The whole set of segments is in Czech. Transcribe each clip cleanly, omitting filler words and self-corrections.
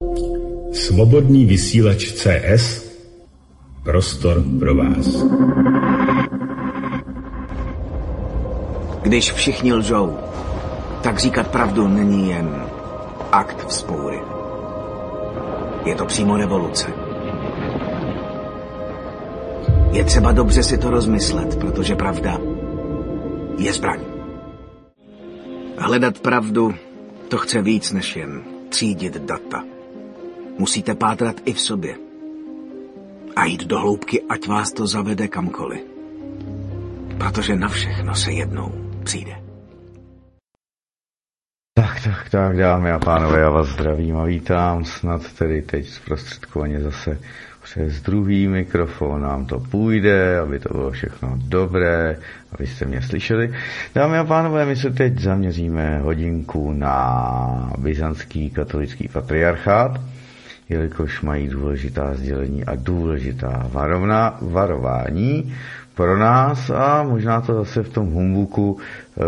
Svobodný vysílač CS, prostor pro vás. Když všichni lžou, tak říkat pravdu není jen akt vzpoury. Je to přímo revoluce. Je třeba dobře si to rozmyslet, protože pravda je zbraň. Hledat pravdu, to chce víc než jen třídit data. Musíte pátrat i v sobě. A jít do hloubky, ať vás to zavede kamkoliv. Protože na všechno se jednou přijde. Tak, dámy a pánové, já vás zdravím a vítám. Snad tedy teď zprostředkovaně zase přes druhý mikrofon nám to půjde, aby to bylo všechno dobré, abyste mě slyšeli. Dámy a pánové, my se teď zaměříme hodinku na byzantský katolický patriarchát, jelikož mají důležitá sdělení a důležitá varování pro nás a možná to zase v tom humbuku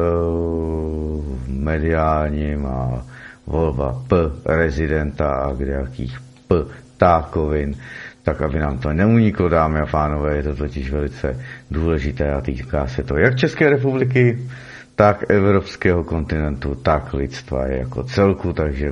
mediálním a volba rezidenta a kdejakých tákovin, tak aby nám to neuniklo, dámy a pánové, je to totiž velice důležité a týká se to jak České republiky, tak evropského kontinentu, tak lidstva jako celku, takže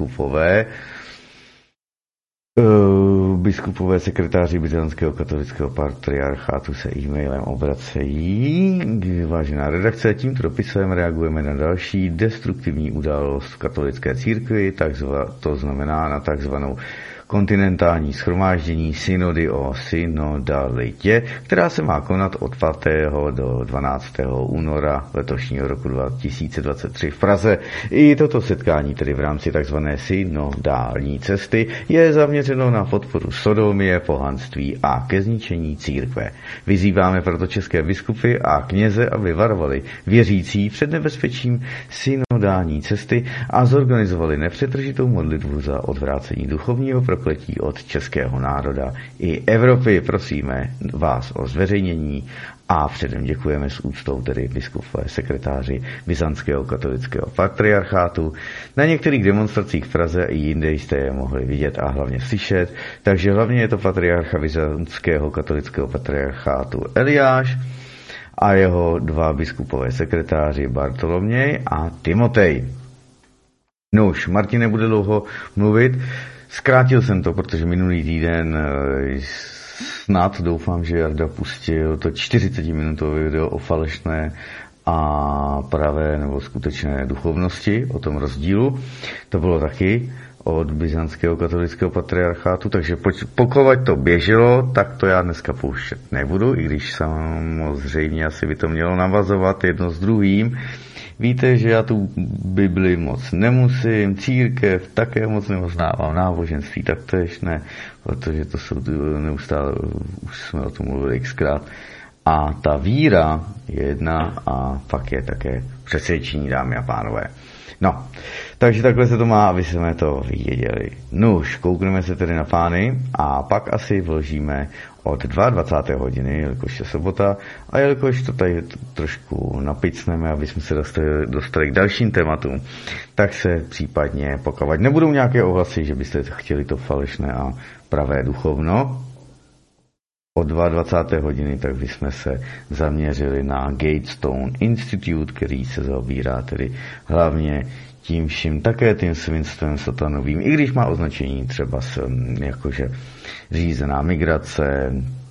biskupové sekretáři byzantského katolického patriarchátu se e-mailem obracejí. Vážená redakce, tímto dopisem reagujeme na další destruktivní událost v katolické církvi, to znamená na takzvanou kontinentální shromáždění synody o synodalitě, která se má konat od 5. do 12. února letošního roku 2023 v Praze. I toto setkání, tedy v rámci tzv. Synodální cesty, je zaměřeno na podporu sodomie, pohanství a ke zničení církve. Vyzýváme proto české biskupy a kněze, aby varovali věřící před nebezpečím synodální cesty a zorganizovali nepřetržitou modlitbu za odvrácení duchovního prokletí od českého národa i Evropy. Prosíme vás o zveřejnění a předem děkujeme s úctou tedy biskupové sekretáři byzantského katolického patriarchátu. Na některých demonstracích v Praze i jinde jste je mohli vidět a hlavně slyšet, takže hlavně je to patriarcha byzantského katolického patriarchátu Eliáš a jeho dva biskupové sekretáři Bartoloměj a Timotej. No už, Martin nebude dlouho mluvit. Zkrátil jsem to, protože minulý týden snad doufám, že Jarda pustil to 40-minutové video o falešné a pravé nebo skutečné duchovnosti, o tom rozdílu. To bylo taky od byzantského katolického patriarchátu, takže pokud to běželo, tak to já dneska pouštět nebudu, i když samozřejmě asi by to mělo navazovat jedno s druhým. Víte, že já tu Bibli moc nemusím, církev také moc nepoznávám, náboženství taktéž ne, protože to jsou neustále, už jsme o tom mluvili xkrát. A ta víra je jedna a pak je také přesvědčení, dámy a pánové. No, takže takhle se to má, aby jsme to věděli. Nuž, koukneme se tedy na pány a pak asi vložíme od 22. hodiny, jelikož je sobota a jelikož to tady trošku napicneme, aby jsme se dostali k dalším tématům, tak se případně, pokud nebudou nějaké ohlasy, že byste chtěli to falešné a pravé duchovno, od 22. hodiny, tak bychom se zaměřili na Gatestone Institute, který se zaobírá tedy hlavně tím vším, také tím svinstvem satanovým, i když má označení třeba jakože řízená migrace,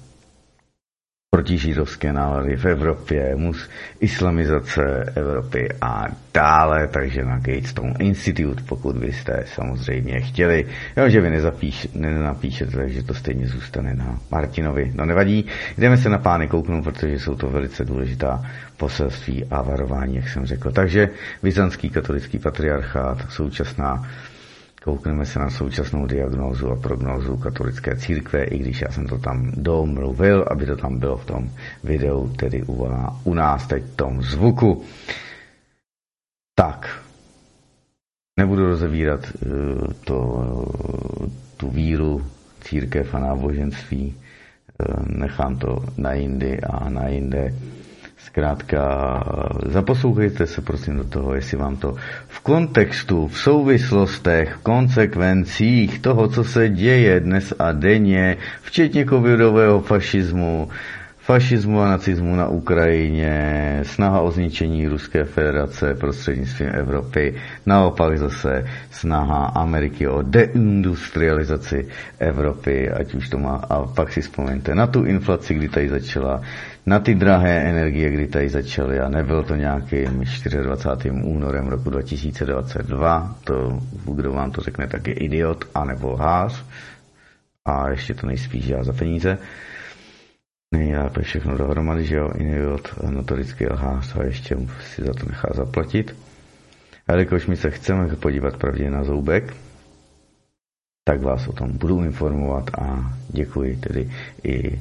protižidovské nálady v Evropě, islamizace Evropy a dále, takže na Gatestone Institute, pokud byste samozřejmě chtěli. Jenomže vy nenapíšete, takže to stejně zůstane na Martinovi. No nevadí, jdeme se na pány kouknout, protože jsou to velice důležitá poselství a varování, jak jsem řekl. Takže byzantský katolický patriarchát, koukneme se na současnou diagnózu a prognózu katolické církve, i když já jsem to tam domluvil, aby to tam bylo v tom videu, tedy u nás teď v tom zvuku. Tak, nebudu rozevírat tu víru, církev a náboženství, nechám to na jindy a na jinde. Zkrátka, zaposlouchejte se prosím do toho, jestli vám to v kontextu, v souvislostech, v konsekvencích toho, co se děje dnes a denně, včetně covidového fašismu a nacismu na Ukrajině, snaha o zničení Ruské federace prostřednictvím Evropy, naopak zase snaha Ameriky o deindustrializaci Evropy, ať už to má, a pak si vzpomeňte na tu inflaci, kdy tady začala, na ty drahé energie, kdy tady začaly, a nebylo to nějakým 24. únorem roku 2022, to, kdo vám to řekne, tak je idiot, anebo lhář, a ještě to nejspíš já za peníze. Nejlépe všechno dohromady, že jo, idiot, notorický lhář, a ještě si za to nechá zaplatit. A jelikož my se chceme podívat pravdě na zoubek, tak vás o tom budu informovat a děkuji tedy i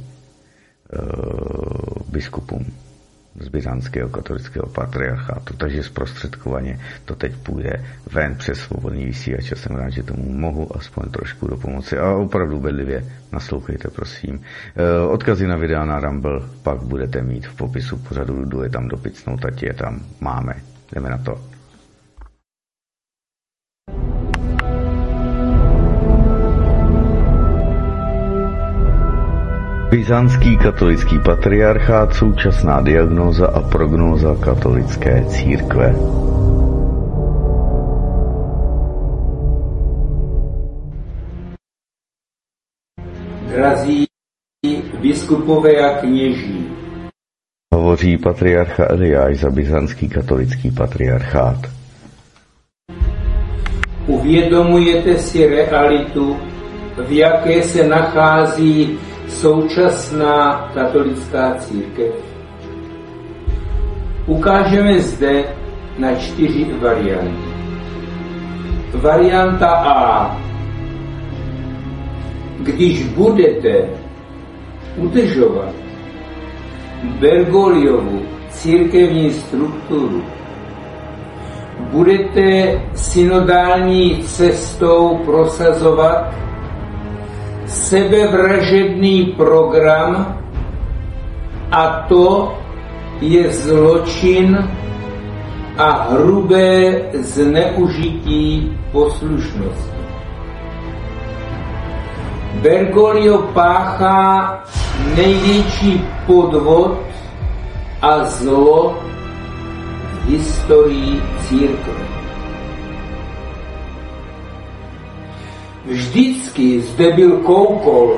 biskupům z byzantského katolického patriarchátu, takže zprostředkovaně to teď půjde ven přes svobodný vysílač a jsem rád, že tomu mohu aspoň trošku dopomoci a opravdu bedlivě naslouchejte, prosím. Odkazy na videa na Rumble pak budete mít v popisu pořadu, jdu je tam dopicnout, ať je tam máme. Jdeme na to. Byzantský katolický patriarchát, současná diagnóza a prognóza katolické církve. Drazí biskupové a kněží, Hovoří patriarcha Eliáš za byzantský katolický patriarchát. Uvědomujete si realitu, v jaké se nachází současná katolická církev? Ukážeme zde na 4 varianty. Varianta A. Když budete udržovat Bergoliovu církevní strukturu, budete synodální cestou prosazovat sebevražedný program, a to je zločin a hrubé zneužití poslušnosti. Bergoglio páchá největší podvod a zlo v historii církve. Vždycky zde byl koukol,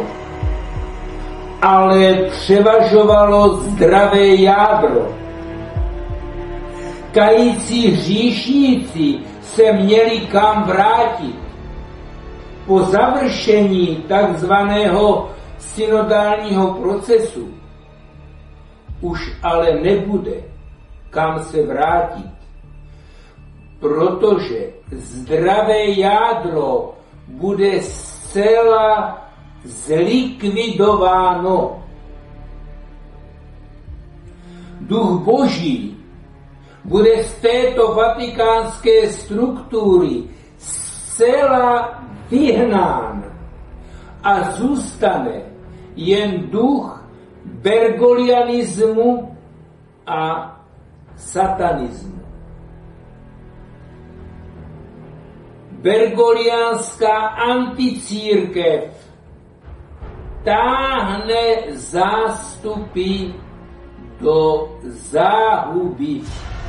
ale převažovalo zdravé jádro. Kající hříšníci se měli kam vrátit. Po završení takzvaného synodálního procesu už ale nebude kam se vrátit, protože zdravé jádro bude zcela zlikvidováno. Duch Boží bude z této vatikánské struktury zcela vyhnán a zůstane jen duch bergolianismu a satanismu. Bergoliánská anticírkev táhne zástupy do záhuby.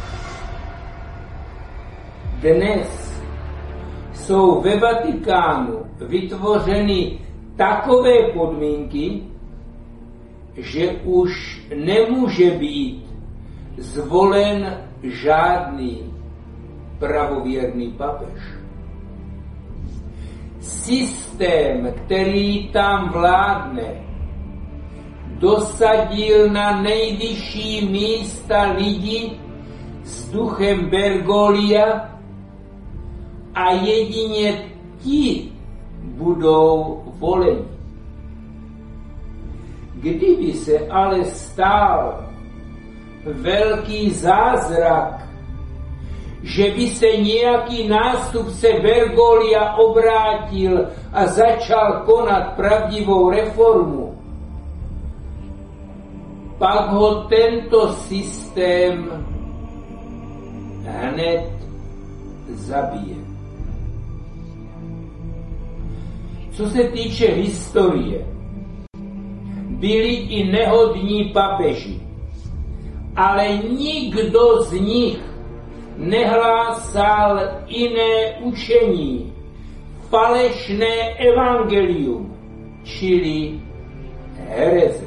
Dnes jsou ve Vatikánu vytvořeny takové podmínky, že už nemůže být zvolen žádný pravověrný papež. Systém, který tam vládne, dosadil na nejvyšší místa lidi s duchem Bergolia a jedině ti budou voleni. Kdyby se ale stal velký zázrak, že by se nějaký nástupce Bergolia obrátil a začal konat pravdivou reformu, pak ho tento systém hned zabije. Co se týče historie, byli i nehodní papeži, ale nikdo z nich nehlásal jiné učení, falešné evangelium, čili hereze.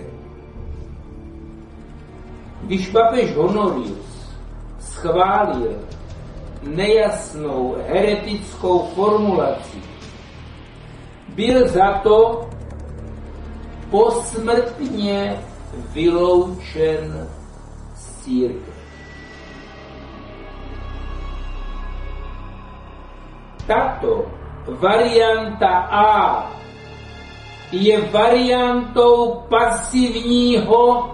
Když papež Honorius schválil nejasnou heretickou formulaci, byl za to posmrtně vyloučen z církve. Tato varianta A je variantou pasivního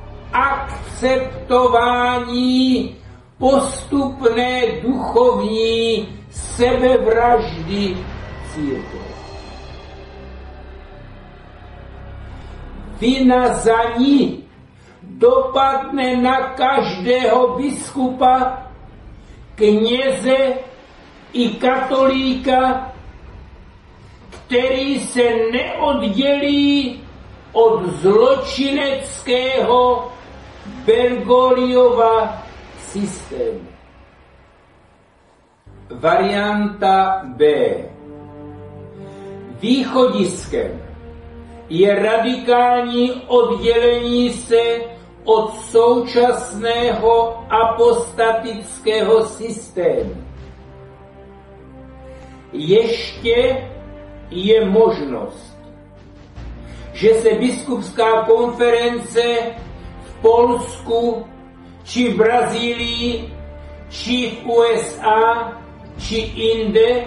akceptování postupné duchovní sebevraždy církve. Vina za ní dopadne na každého biskupa, kněze i katolíka, který se neoddělí od zločineckého Bergogliova systému. Varianta B. Východiskem je radikální oddělení se od současného apostatického systému. Ještě je možnost, že se biskupská konference v Polsku, či v Brazílii, či v USA, či jinde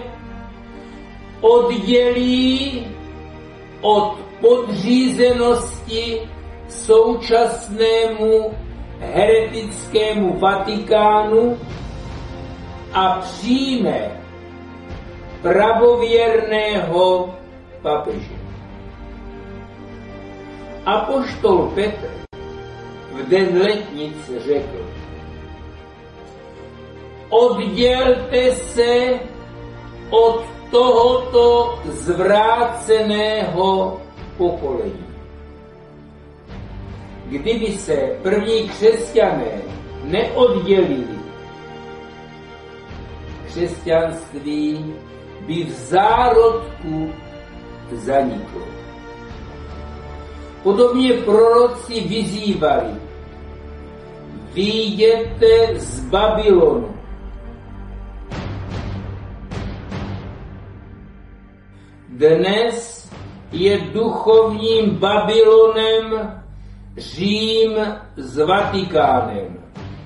oddělí od podřízenosti současnému heretickému Vatikánu a přijme pravověrného papeže. Apoštol Petr v den letnic řekl: oddělte se od tohoto zvráceného pokolení. Kdyby se první křesťané neoddělili, křesťanství by v zárodku zaniklo. Podobně proroci vyzývali: vyjděte z Babylonu. Dnes je duchovním Babylonem Řím s Vatikánem.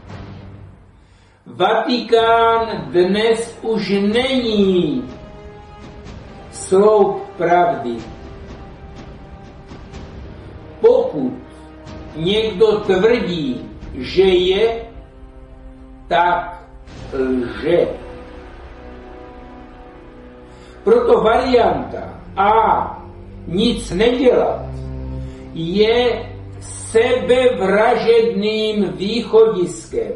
Vatikán dnes už není sloup pravdy. Pokud někdo tvrdí, že je, tak lže. Proto varianta A, nic nedělat, je sebevražedným východiskem.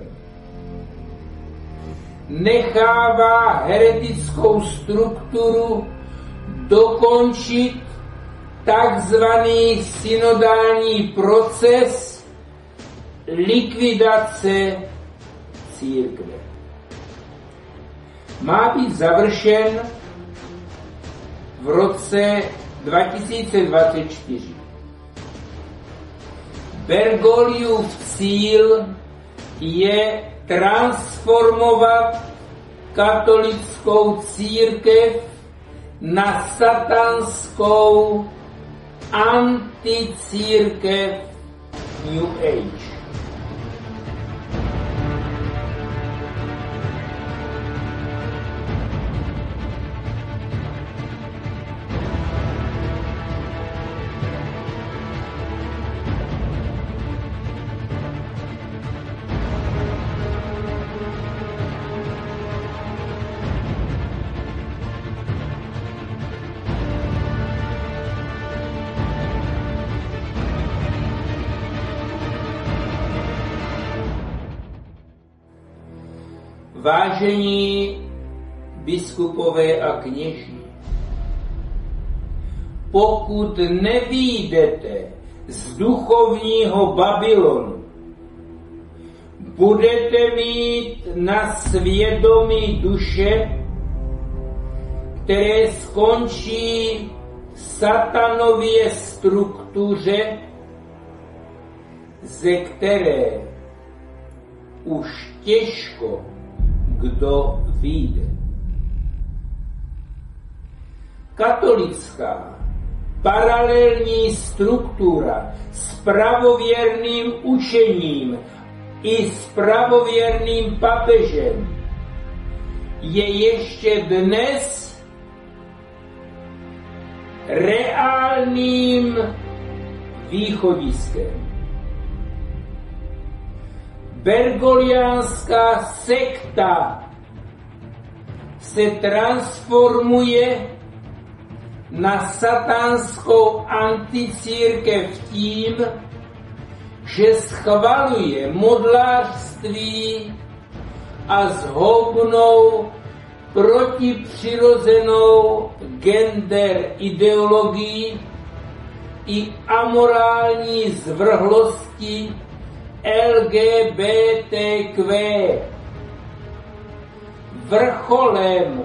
Nechává heretickou strukturu dokončit takzvaný synodální proces likvidace církve. Má být završen v roce 2024. Bergogliův cíl je transformovat katolickou církev na satanskou anticírkev New Age. Vážení biskupové a kněží, pokud nevyjdete z duchovního Babylonu, budete mít na svědomí duše, které skončí v satanově struktuře, ze které už těžko kdo vyjde. Katolická paralelní struktura s pravověrným učením i s pravověrným papežem je ještě dnes reálným východiskem. Bergoliánská sekta se transformuje na satanskou anticírkev tím, že schvaluje modlářství a zhoubnou protipřirozenou gender ideologii i amorální zvrhlosti LGBTQ. Vrcholem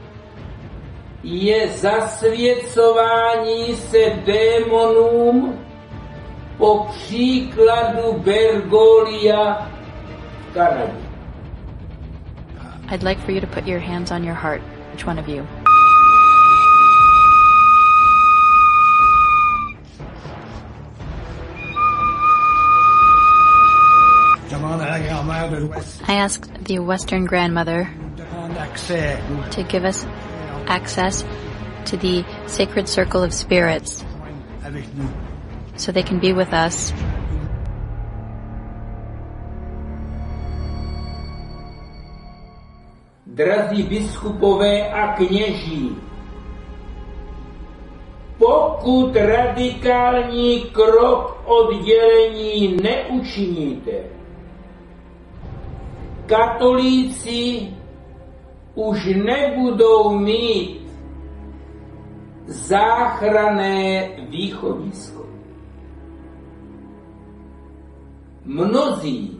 je zasvěcování se démonům po příkladu Bergolia v Kanadě. I'd like for you to put your hands on your heart, each one of you. I asked the Western Grandmother to give us access to the sacred circle of spirits so they can be with us. Drazí biskupové a kněží, pokud radikální krok oddělení neučiníte, katolíci už nebudou mít záchranné východisko. Mnozí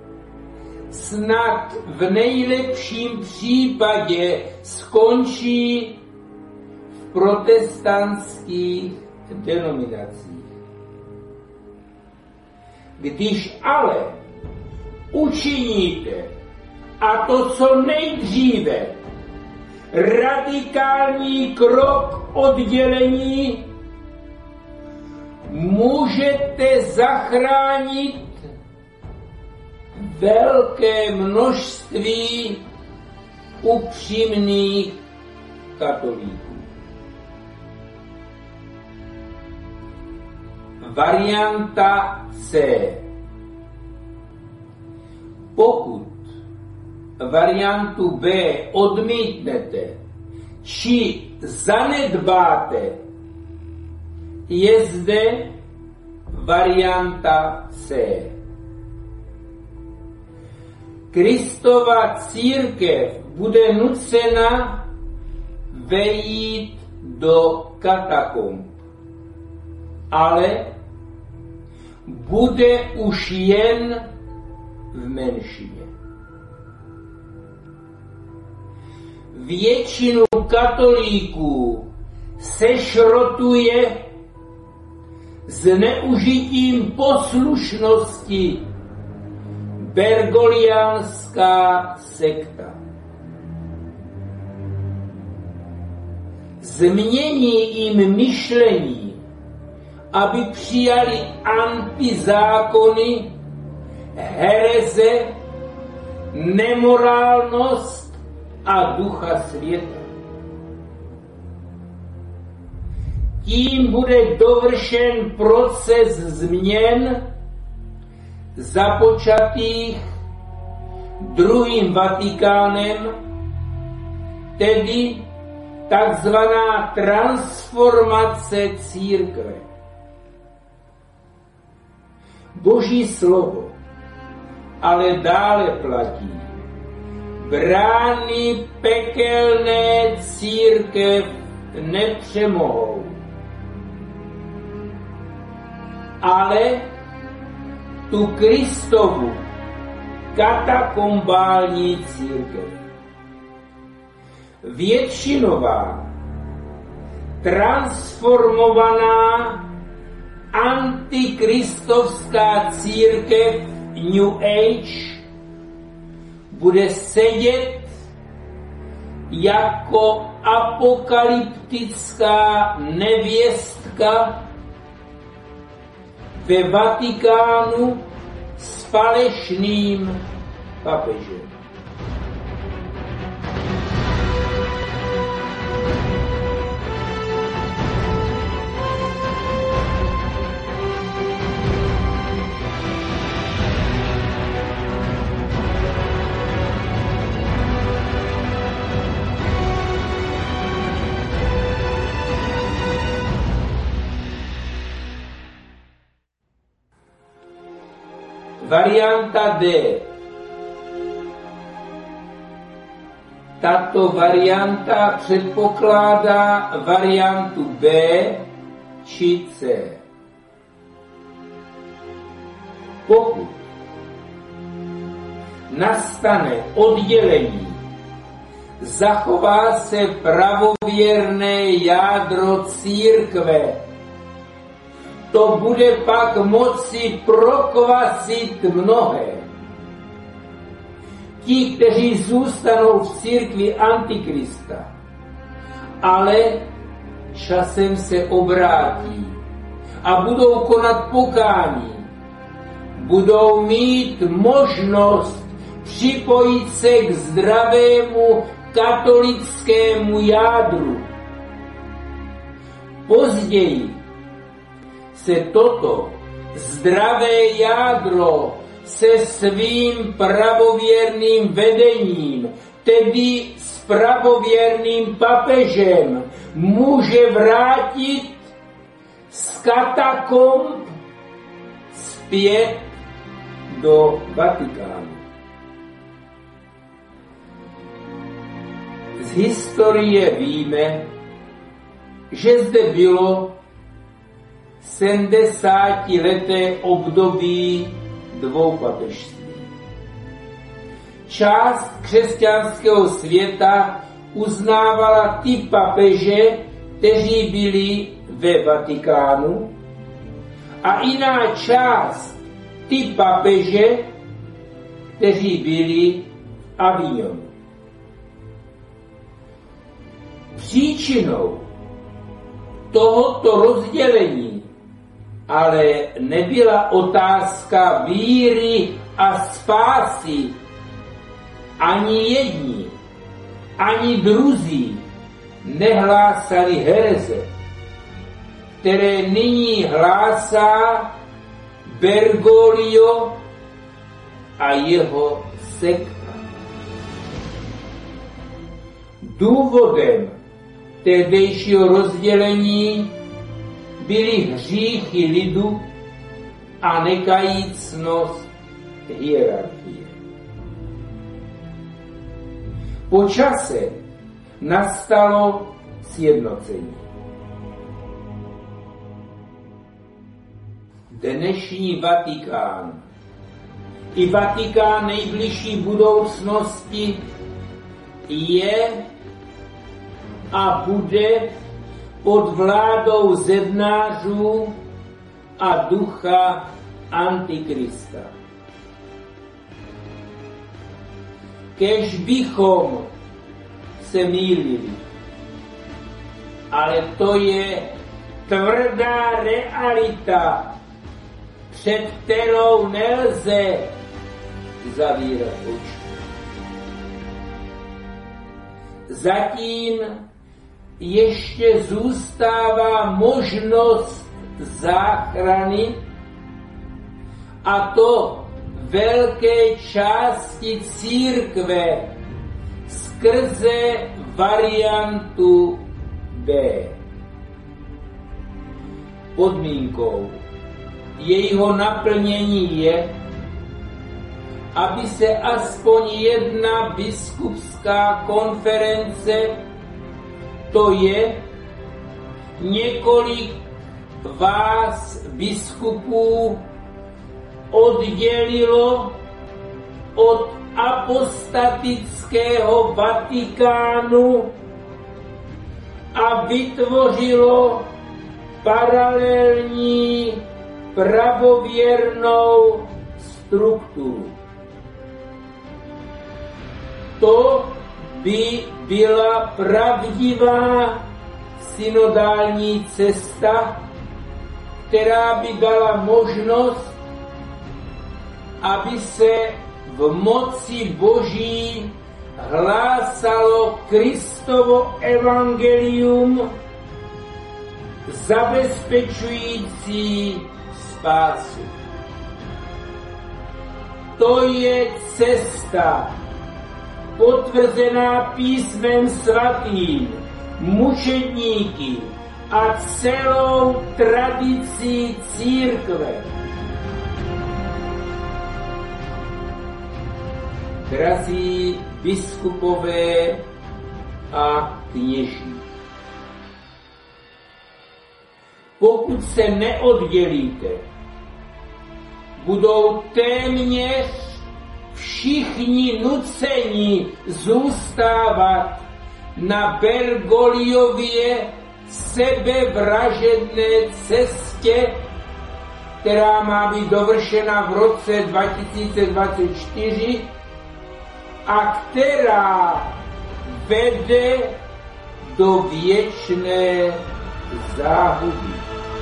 snad v nejlepším případě skončí v protestantských denominacích. Když ale učiníte, a to co nejdříve, radikální krok oddělení, můžete zachránit velké množství upřímných katolíků. Varianta C. Pokud variantu B odmítnete či zanedbáte, je zde varianta C. Kristova církev bude nucena vejít do katakomb, ale bude už jen v menšině. Většinu katolíků sešrotuje zneužitím poslušnosti bergoliánská sekta. Změní jim myšlení, aby přijali antizákony, hereze, nemorálnost a ducha světa. Tím bude dovršen proces změn započatých druhým Vatikánem, tedy takzvaná transformace církve. Boží slovo ale dále platí. brány pekelné církev nepřemohou. Ale tu Kristovu katakombální církev. Většinová, transformovaná antikristovská církev New Age bude sedět jako apokalyptická nevěstka ve Vatikánu s falešným papežem. Varianta D. Tato varianta předpokládá variantu B či C. Pokud nastane oddělení, zachová se pravověrné jádro církve. To bude pak moci prokvasit mnohé. Ti, kteří zůstanou v církvi Antikrista, ale časem se obrátí a budou konat pokání, budou mít možnost připojit se k zdravému katolickému jádru. Později se toto zdravé jádro se svým pravověrným vedením, tedy s pravověrným papežem, může vrátit z katakomb zpět do Vatikánu. Z historie víme, že zde bylo 70leté období dvou papežství. Část křesťanského světa uznávala ty papeže, kteří byli ve Vatikánu, a jiná část ty papeže, kteří byli v Avignonu. Příčinou tohoto rozdělení ale nebyla otázka víry a spásy. Ani jedni, ani druzí nehlásali hereze, které nyní hlásá Bergoglio a jeho sekta. Důvodem tehdejšího rozdělení byly hříchy lidu a nekajícnost hierarchie. Po čase nastalo sjednocení. Dnešní Vatikán i Vatikán nejbližší budoucnosti je a bude pod vládou zednářů a ducha Antikrista. Kéž bychom se mýlili, ale to je tvrdá realita, před kterou nelze zavírat oči. Zatím ještě zůstává možnost záchrany, a to velké části církve skrze variantu B. Podmínkou jejího naplnění je, aby se aspoň jedna biskupská konference, to je několik vás biskupů, oddělilo od apostatického Vatikánu a vytvořilo paralelní pravověrnou strukturu. To by byla pravdivá synodální cesta, která by dala možnost, aby se v moci Boží hlásalo Kristovo evangelium, zabezpečující spásu. To je cesta, potvrzená písmem svatým, mučedníky a celou tradicí církve. Drazí biskupové a kněží, pokud se neoddělíte, budou téměř všichni nuceni zůstávat na Bergogliově sebevražedné cestě, která má být dovršena v roce 2024 a která vede do věčné záhuby.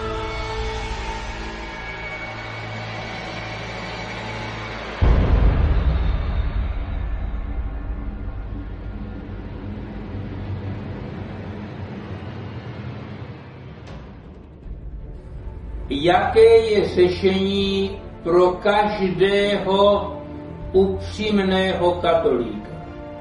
Jaké je řešení pro každého upřímného katolíka?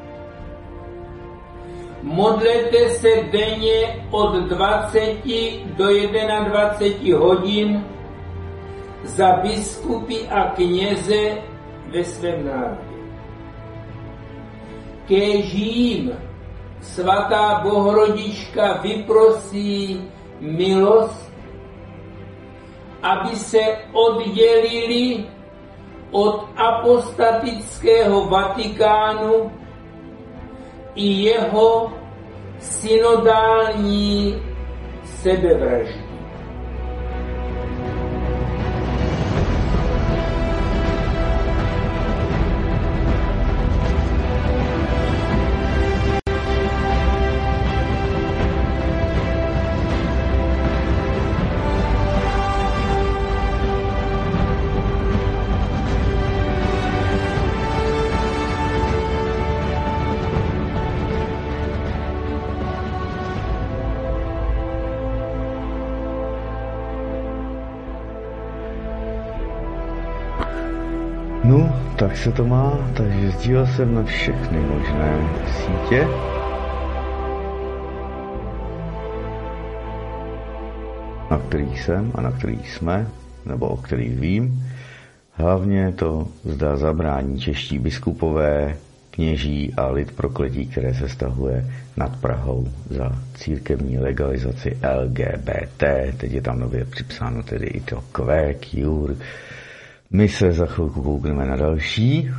Modlete se denně od 20 do 21 hodin za biskupy a kněze ve svém národě. Kéž jim svatá Bohorodička vyprosí milost, aby se oddělili od apostatického Vatikánu i jeho synodální sebevraždy. No, tak se to má, takže sdílel jsem na všechny možné sítě. Na kterých jsem a na kterých jsme, nebo o kterých vím. Hlavně to zda zabrání čeští biskupové, kněží a lid prokletí, které se stahuje nad Prahou za církevní legalizaci LGBT. Teď je tam nově připsáno tedy i to Q, Cure. My se za chvilku koukneme na další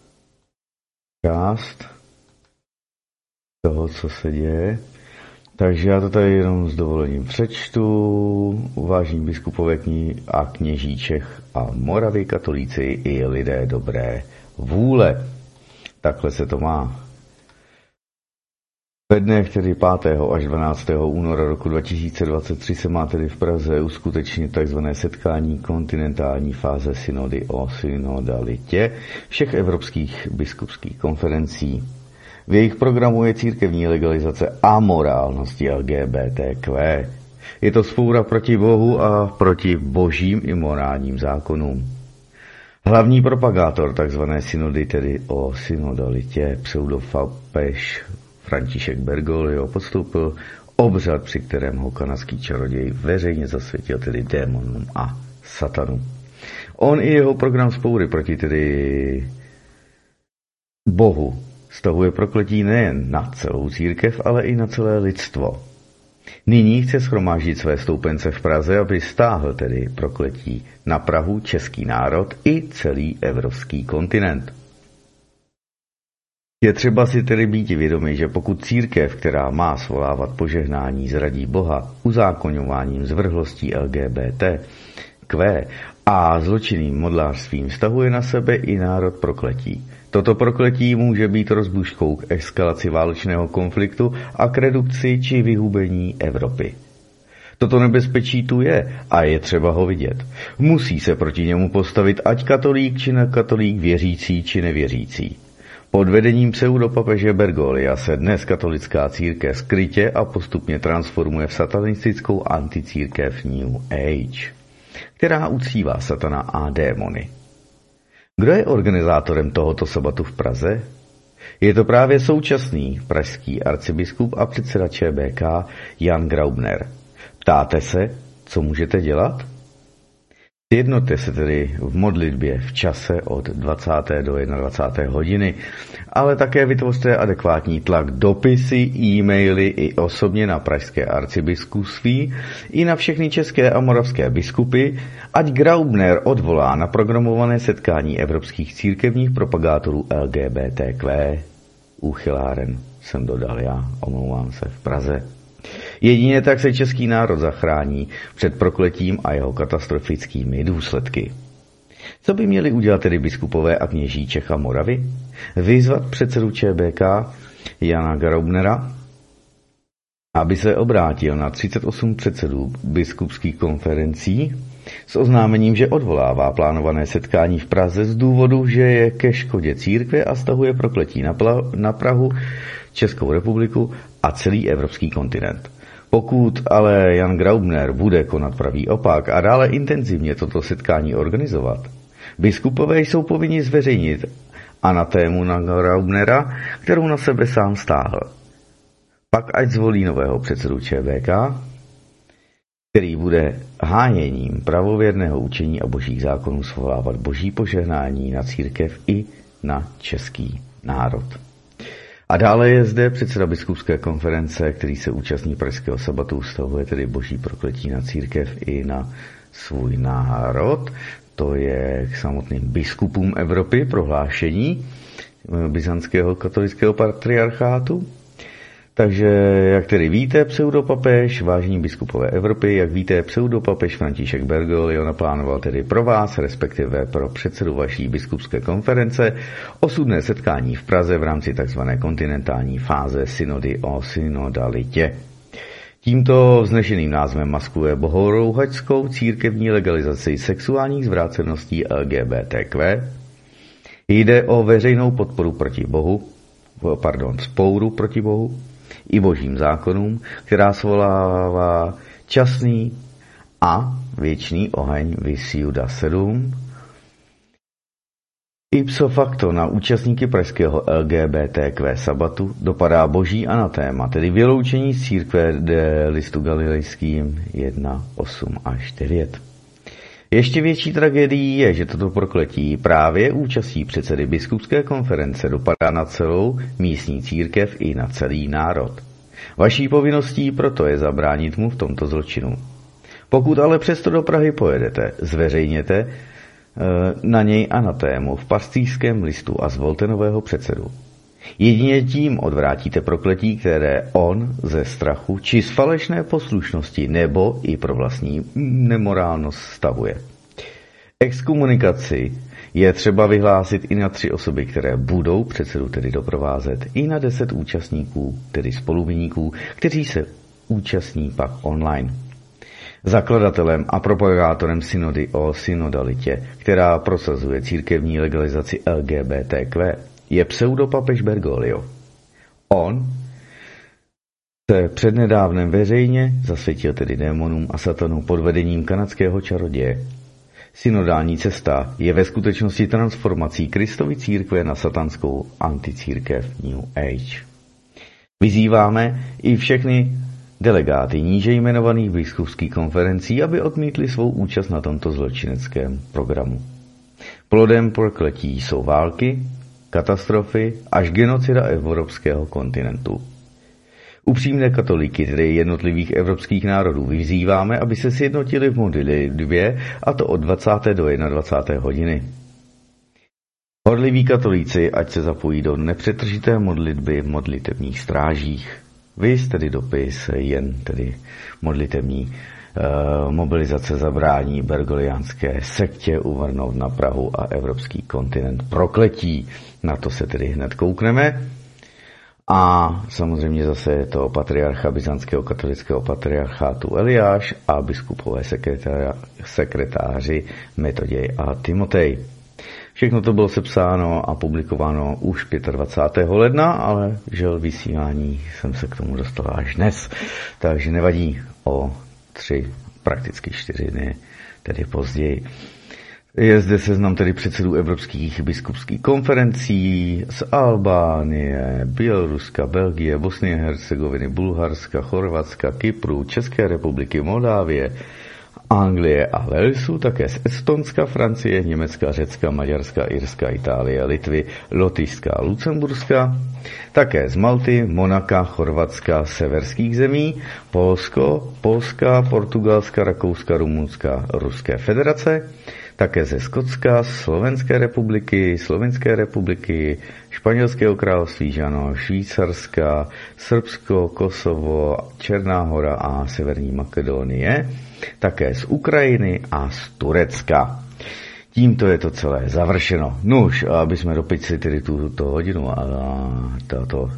část toho, co se děje. Takže já to tady jenom s dovolením přečtu. Vážení biskupové a kněží Čech a Moravy, katolíci i lidé dobré vůle. Takhle se to má. Ve dnech tedy 5. až 12. února roku 2023 se má tedy v Praze uskutečnit tzv. Setkání kontinentální fáze synody o synodalitě všech evropských biskupských konferencí. V jejich programu je církevní legalizace amorálnosti LGBTQ. Je to vzpoura proti Bohu a proti božím i morálním zákonům. Hlavní propagátor tzv. Synody, tedy o synodalitě, pseudopapež František Bergoglio, podstoupil obřad, při kterém ho kanadský čaroděj veřejně zasvětil tedy démonům a satanu. On i jeho program vzpoury proti tedy Bohu stahuje prokletí nejen na celou církev, ale i na celé lidstvo. Nyní chce shromáždit své stoupence v Praze, aby stáhl tedy prokletí na Prahu, český národ i celý evropský kontinent. Je třeba si tedy být vědomý, že pokud církev, která má svolávat požehnání, zradí Boha uzákoňováním zvrhlostí LGBTQ a zločinným modlářstvím, stahuje na sebe i národ prokletí. Toto prokletí může být rozbuškou k eskalaci válečného konfliktu a k redukci či vyhubení Evropy. Toto nebezpečí tu je a je třeba ho vidět. Musí se proti němu postavit ať katolík či nekatolík, věřící či nevěřící. Pod vedením pseudopapeže Bergoglio se dnes katolická církev skrytě a postupně transformuje v satanistickou anticírkev New Age, která uctívá satana a démony. Kdo je organizátorem tohoto sabatu v Praze? Je to právě současný pražský arcibiskup a předseda ČBK Jan Graubner. Ptáte se, co můžete dělat? Sjednoťte se tedy v modlitbě v čase od 20. do 21. hodiny, ale také vytvořte adekvátní tlak, dopisy, e-maily i osobně na pražské arcibiskupství i na všechny české a moravské biskupy, ať Graubner odvolá na programované setkání evropských církevních propagátorů LGBTQ. Úchyláren jsem dodal já, omlouvám se, v Praze. Jedině tak se český národ zachrání před prokletím a jeho katastrofickými důsledky. Co by měli udělat tedy biskupové a kněží Čech a Moravy? Vyzvat předsedu ČBK Jana Graubnera, aby se obrátil na 38 předsedů biskupských konferencí s oznámením, že odvolává plánované setkání v Praze z důvodu, že je ke škodě církve a stahuje prokletí na Prahu, Českou republiku a celý evropský kontinent. Pokud ale Jan Graubner bude konat pravý opak a dále intenzivně toto setkání organizovat, biskupové jsou povinni zveřejnit anatému na Graubnera, kterou na sebe sám stáhl. Pak ať zvolí nového předsedu ČBK, který bude hájením pravověrného učení a božích zákonů svolávat boží požehnání na církev i na český národ. A dále je zde předseda biskupské konference, který se účastní pražského sabatu, stavuje tedy boží prokletí na církev i na svůj národ. To je k samotným biskupům Evropy prohlášení byzantského katolického patriarchátu. Takže, jak tedy víte, pseudopapež, vážení biskupové Evropy, jak víte, pseudopapež František Bergoglio naplánoval tedy pro vás, respektive pro předsedu vaší biskupské konference, osudné setkání v Praze v rámci tzv. Kontinentální fáze synody o synodalitě. Tímto vznešeným názvem maskuje bohorouhačskou církevní legalizaci sexuálních zvráceností LGBTQ. Jde o veřejnou podporu proti Bohu, vzpouru proti Bohu i božím zákonům, která svolává časný a věčný oheň vis Juda 7. Ipso facto na účastníky pražského LGBTQ sabatu dopadá boží anatéma, tedy vyloučení z církve listu galilejským 1, 8 až 9. Ještě větší tragédií je, že toto prokletí právě účastí předsedy biskupské konference dopadá na celou místní církev i na celý národ. Vaší povinností proto je zabránit mu v tomto zločinu. Pokud ale přesto do Prahy pojedete, zveřejněte na něj anatému v pastýřském listu a zvolte nového předsedu. Jedině tím odvrátíte prokletí, které on ze strachu či z falešné poslušnosti nebo i pro vlastní nemorálnost stavuje. Exkomunikaci je třeba vyhlásit i na 3 osoby, které budou předsedu tedy doprovázet, i na 10 účastníků, tedy spoluviníků, kteří se účastní pak online. Zakladatelem a propagátorem synody o synodalitě, která prosazuje církevní legalizaci LGBTQ, je pseudopapež Bergoglio. On se přednedávnem veřejně zasvětil tedy démonům a satanu pod vedením kanadského čaroděje. Synodální cesta je ve skutečnosti transformací Kristovy církve na satanskou anticírkev New Age. Vyzýváme i všechny delegáty níže jmenovaných biskupských konferencí, aby odmítli svou účast na tomto zločineckém programu. Plodem prokletí jsou války, katastrofy až genocida evropského kontinentu. Upřímné katolíky, tedy jednotlivých evropských národů, vyzýváme, aby se sjednotili v modlitbě, a to od 20. do 21. hodiny. Horliví katolíci, ať se zapojí do nepřetržité modlitby v modlitebních strážích. Viz tedy dopis, jen tedy modlitební mobilizace zabrání bergoliánské sektě uvrhnout na Prahu a evropský kontinent prokletí. Na to se tedy hned koukneme. A samozřejmě zase je to patriarcha byzantského katolického patriarchátu Eliáš a biskupové sekretáři Metoděj a Timotej. Všechno to bylo sepsáno a publikováno už 25. ledna, ale žel vysílání jsem se k tomu dostal až dnes. Takže nevadí, o 3, prakticky 4 dny, tedy později. Je zde seznam tedy předsedů evropských biskupských konferencí z Albánie, Běloruska, Belgie, Bosny a Hercegoviny, Bulharska, Chorvatska, Kypru, České republiky, Moldávie, Anglie a Walesu, také z Estonska, Francie, Německa, Řecka, Maďarska, Irska, Itálie, Litvy, Lotyšska a Lucemburska, také z Malty, Monaka, Chorvatska, severských zemí, Polska, Portugalska, Rakouska, Rumunska, Ruské federace, také ze Skotska, Slovenské republiky, Španělského království, Švýcarska, Srbsko, Kosovo, Černá Hora a Severní Makedonie, také z Ukrajiny a z Turecka. Tímto je to celé završeno. Nuž, aby jsme dopicli tedy tuto hodinu a tato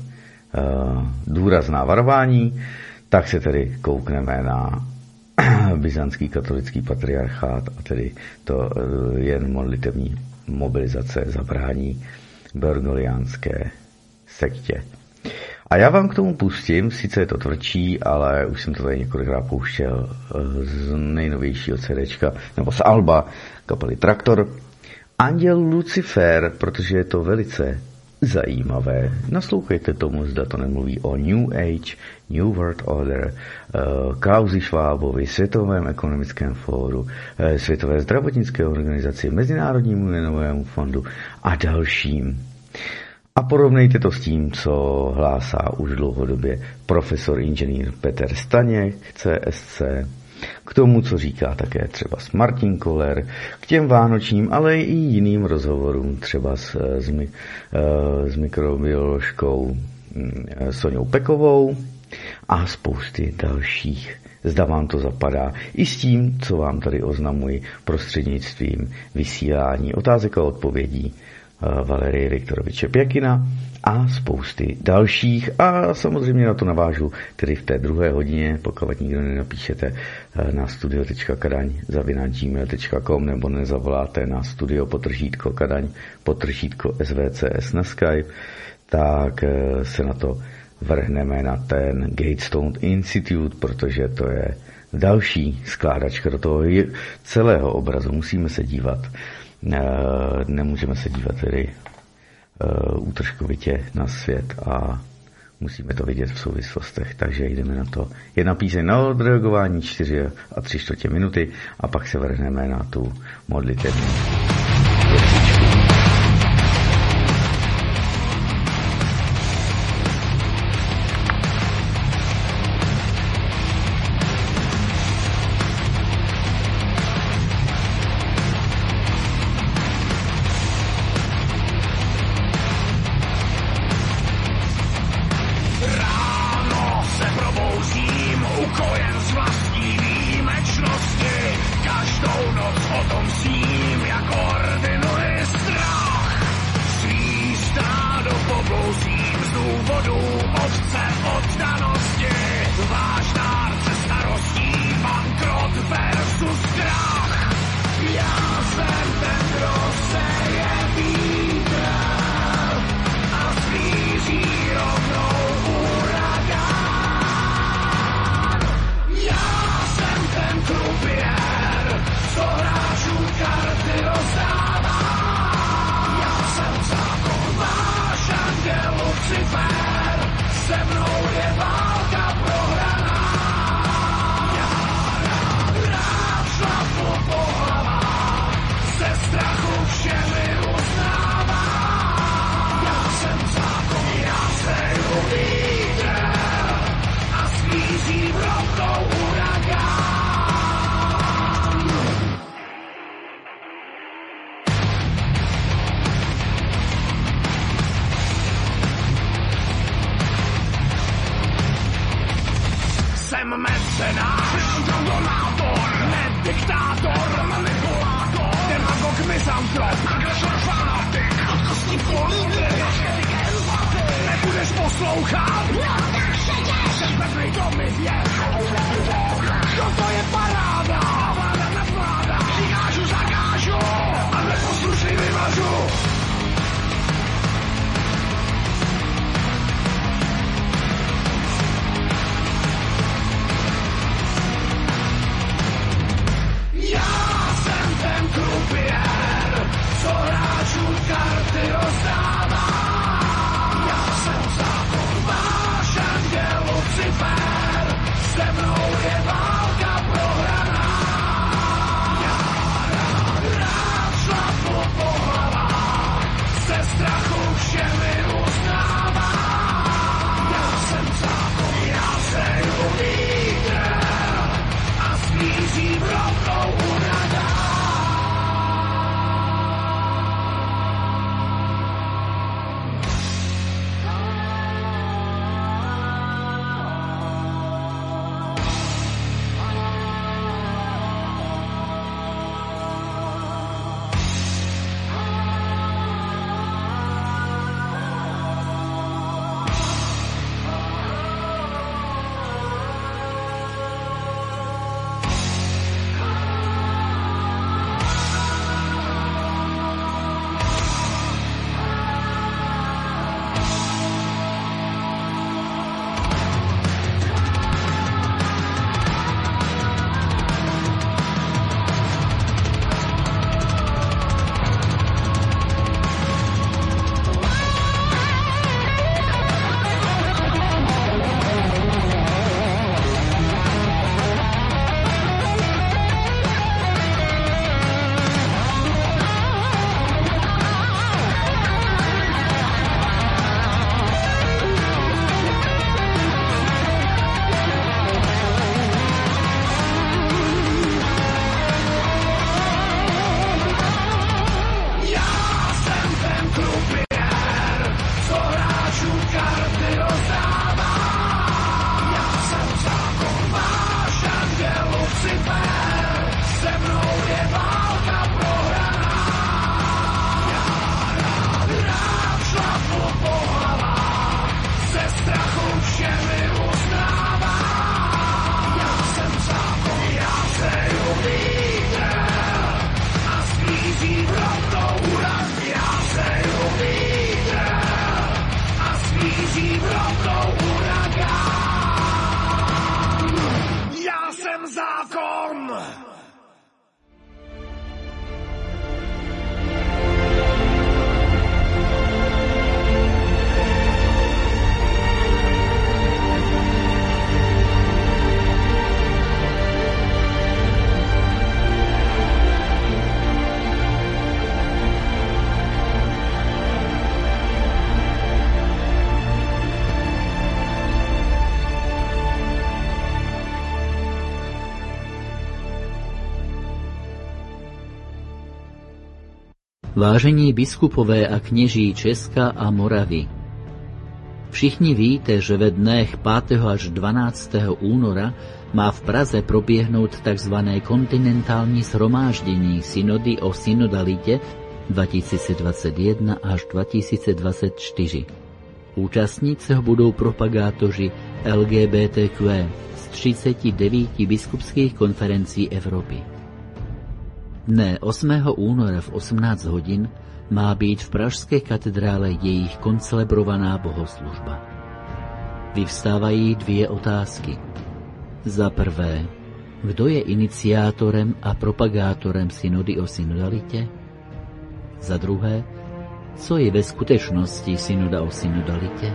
důrazná varování, tak se tedy koukneme na byzantský katolický patriarchát a tedy to jen modlitevní mobilizace zabrání bergoliánské sektě. A já vám k tomu pustím, sice je to tvrdší, ale už jsem to tady několikrát pouštěl z nejnovějšího CDčka, nebo z alba kapely Traktor, Anděl Lucifer, protože je to velice zajímavé. Naslouchejte tomu, zda to nemluví o New Age, New World Order, Klausi Schwabovi, Světovém ekonomickém fóru, Světové zdravotnické organizaci, Mezinárodnímu měnovému fondu a dalším. A porovnejte to s tím, co hlásá už dlouhodobě profesor inženýr Petr Staněk, CSC, k tomu, co říká také třeba Martin Koller, k těm vánočním, ale i jiným rozhovorům, třeba s mikrobioložkou Soňou Pekovou a spousty dalších. Zda vám to zapadá i s tím, co vám tady oznamuji prostřednictvím vysílání otázek a odpovědí Valerie Viktoroviče Pěkina a spousty dalších. A samozřejmě na to navážu tedy v té druhé hodině, pokud nikdo nenapíšete na studio.kadaň@gmail.com nebo nezavoláte na studio_kadaň_SVCS na Skype, tak se na to vrhneme na ten Gatestone Institute, protože to je další skládačka do toho celého obrazu. Musíme se dívat. Nemůžeme se dívat tedy útržkovitě na svět a musíme to vidět v souvislostech, takže jdeme na to. Jedna píseň na odreagování 4 3/4 minuty a pak se vrhneme na tu modlitevní věcičku. Každou noc o tom sním jako Vážení biskupové a kněží Česka a Moravy, všichni víte, že ve dnech 5. až 12. února má v Praze proběhnout tzv. Kontinentální shromáždění synody o synodalitě 2021 až 2024. Účastnit se ho budou propagátoři LGBTQ z 39 biskupských konferencí Evropy. Dne 8. února v 18 hodin má být v pražské katedrále jejich koncelebrovaná bohoslužba. Vyvstávají dvě otázky. Za prvé, kdo je iniciátorem a propagátorem synody o synodalitě? Za druhé, co je ve skutečnosti synoda o synodalitě?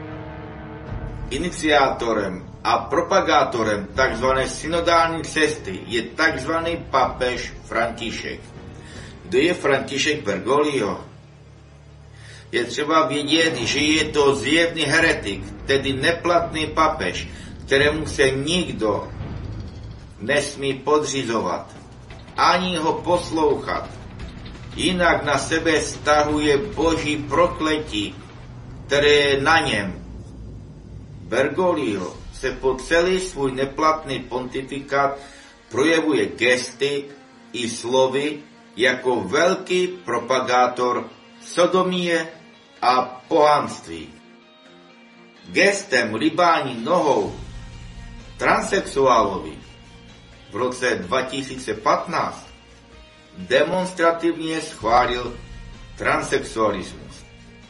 Iniciátorem a propagátorem tzv. Synodální cesty je tzv. Papež František. Kdo je František Bergoglio? Je třeba vědět, že je to zjevný heretik, tedy neplatný papež, kterému se nikdo nesmí podřizovat, ani ho poslouchat. Jinak na sebe stahuje boží prokletí, které je na něm. Bergoglio se po celý svůj neplatný pontifikát projevuje gesty i slovy jako velký propagátor sodomie a pohanství. Gestem libání nohou transsexuálovi v roce 2015 demonstrativně schválil transsexualismus.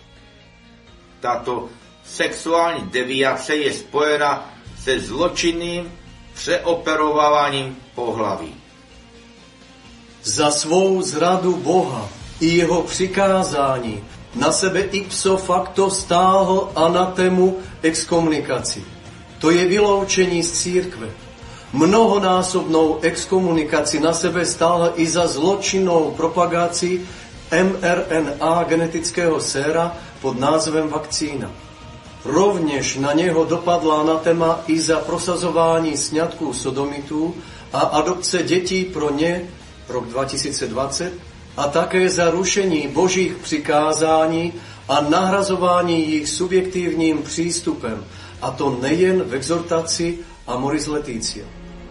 Tato sexuální deviace je spojena se zločinným přeoperováváním pohlaví. Za svou zradu Boha i jeho přikázání na sebe ipso facto stáhl anatému exkomunikaci. To je vyloučení z církve. Mnohonásobnou exkomunikaci na sebe stáhl i za zločinnou propagaci mRNA genetického séra pod názvem vakcína. Rovněž na něho dopadla anatema i za prosazování sňatků sodomitů a adopce dětí pro ně rok 2020 a také za rušení božích přikázání a nahrazování jich subjektivním přístupem, a to nejen v exhortaci Amoris Laetitia.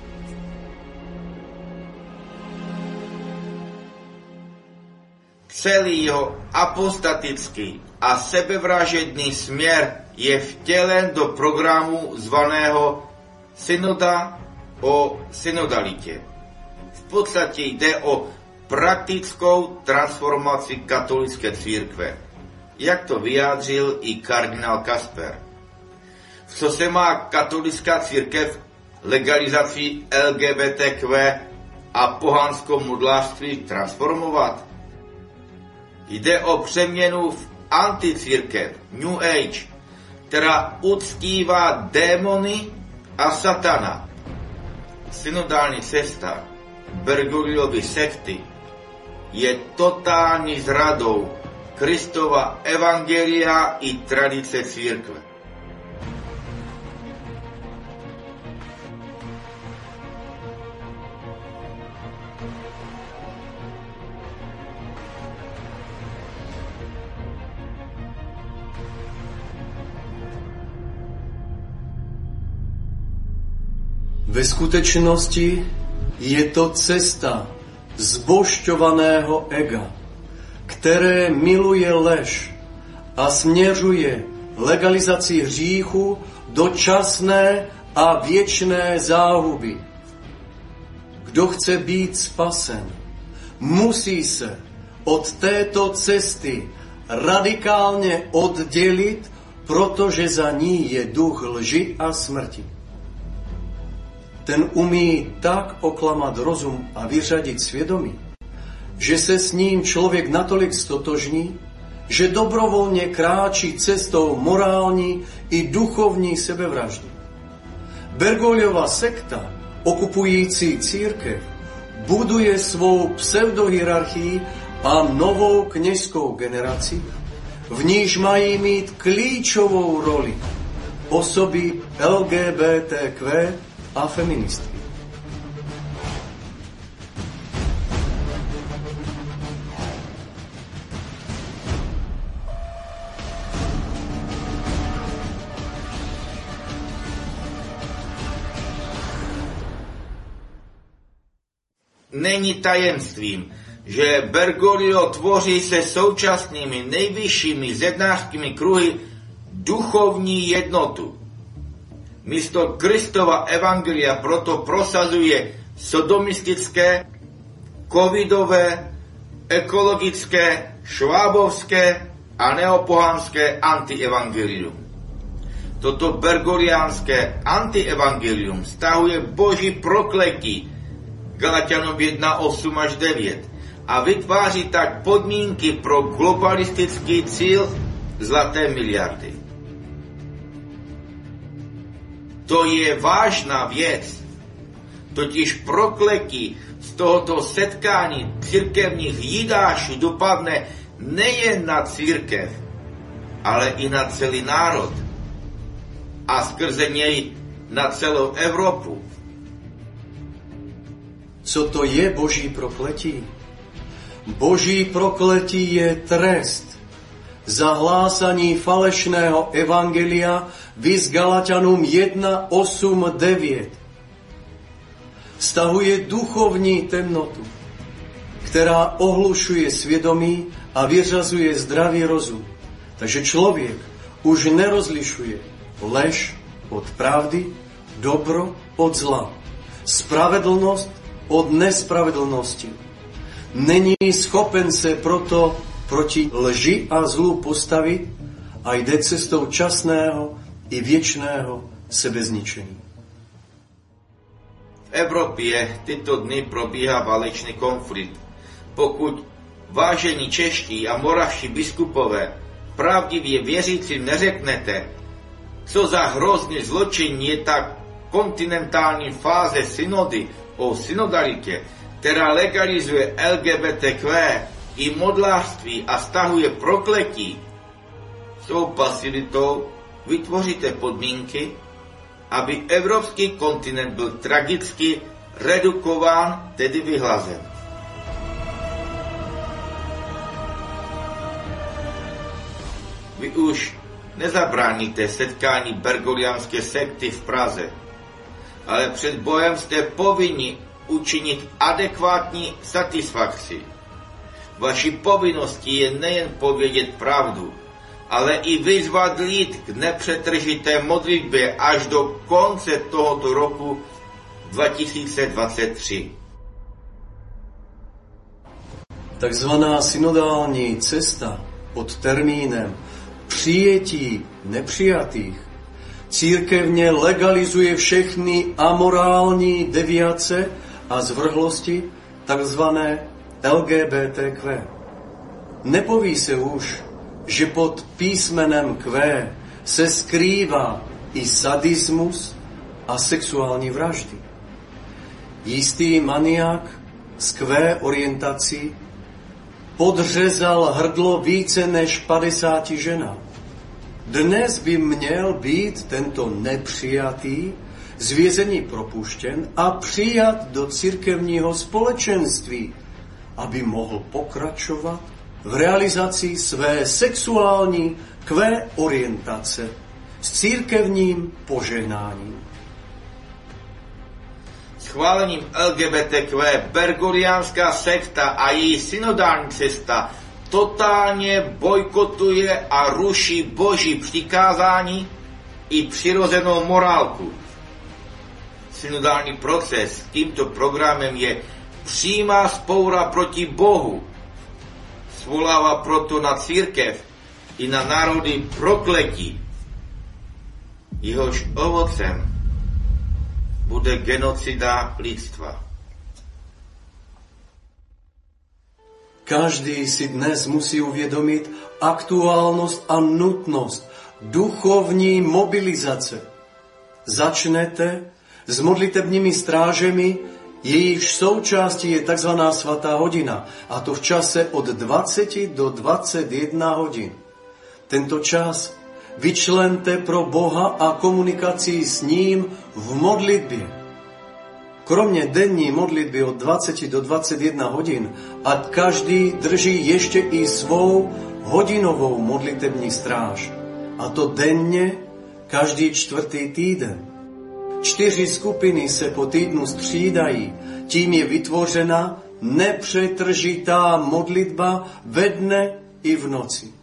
Celý jeho apostatický a sebevražedný směr je vtělen do programu zvaného Synoda o synodalitě. V podstatě jde o praktickou transformaci katolické církve, jak to vyjádřil i kardinál Kasper. V co se má katolická církev legalizací LGBTQ a pohanskou modlářství transformovat? Jde o přeměnu v anticírkev, New Age, která uctívá démony a satana. Synodální cesta Bergoliovy sekty je totální zradou Kristova evangelia i tradice církve. Ve skutečnosti je to cesta zbožťovaného ega, které miluje lež a směřuje legalizaci hříchu do časné a věčné záhuby. Kdo chce být spasen, musí se od této cesty radikálně oddělit, protože za ní je duch lži a smrti. Ten umí tak oklamat rozum a vyřadit svědomí, že se s ním člověk natolik stotožní, že dobrovolně kráčí cestou morální i duchovní sebevraždy. Bergogliova sekta, okupující církev, buduje svou pseudohierarchii a novou kněžskou generaci, v níž mají mít klíčovou roli osoby LGBTQ a feministky. Není tajemstvím, že Bergoglio tvoří se současnými nejvyššími zednářskými kruhy duchovní jednotu. Místo Kristova evangelia proto prosazuje sodomistické, covidové, ekologické, švábovské a neopohanské antievangelium. Toto bergoliánské antievangelium stahuje boží prokletí Galatianům 1, 8 až 9 a vytváří tak podmínky pro globalistický cíl zlaté miliardy. To je vážná věc, totiž prokletí z tohoto setkání církevních jídášů dopadne nejen na církev, ale i na celý národ a skrze něj na celou Evropu. Co to je boží prokletí? Boží prokletí je trest za hlásání falešného evangelia viz Galatianům 1, 8, 9. Stahuje duchovní temnotu, která ohlušuje svědomí a vyřazuje zdravý rozum. Takže člověk už nerozlišuje lež od pravdy, dobro od zla, spravedlnost od nespravedlnosti. Není schopen se proto proti lži a zlu postavit a jde cestou časného i věčného sebezničení. V Evropě tyto dny probíhá válečný konflikt. Pokud vážení čeští a moravští biskupové pravdivě věřícím neřeknete, co za hrozný zločin je ta kontinentální fáze synody o synodalitě, která legalizuje LGBTQ i modlářství a stahuje prokletí, svou pasilitou vytvoříte podmínky, aby evropský kontinent byl tragicky redukován, tedy vyhlazen. Vy už nezabráníte setkání bergoliánské sekty v Praze, ale před bojem jste povinni učinit adekvátní satisfakci. Vaší povinností je nejen povědět pravdu, ale i vyzvat lid k nepřetržité modlitbě až do konce tohoto roku 2023. Takzvaná synodální cesta pod termínem přijetí nepřijatých církevně legalizuje všechny amorální deviace a zvrhlosti takzvané LGBTQ. Nepoví se už, že pod písmenem Q se skrývá i sadismus a sexuální vraždy. Jistý maniak s Q orientací podřezal hrdlo více než 50 ženám. Dnes by měl být tento nepřijatý z vězení propuštěn a přijat do církevního společenství, aby mohl pokračovat v realizaci své sexuální Q orientace s církevním požehnáním. Schválením LGBTQ bergoliánská sekta a její synodální cesta totálně bojkotuje a ruší boží přikázání i přirozenou morálku. Synodální proces s tímto programem je přímá vzpoura proti Bohu. Svolává proto na církev i na národy prokletí. Jehož ovocem bude genocida lidstva. Každý si dnes musí uvědomit aktuálnost a nutnost duchovní mobilizace. Začnete s modlitebními strážemi, jejichž součástí je tzv. Svatá hodina, a to v čase od 20 do 21 hodin. Tento čas vyčlente pro Boha a komunikaci s ním v modlitbě. Kromě denní modlitby od 20 do 21 hodin, ať každý drží ještě i svou hodinovou modlitební stráž. A to denně každý čtvrtý týden. 4 skupiny se po týdnu střídají, tím je vytvořena nepřetržitá modlitba ve dne i v noci.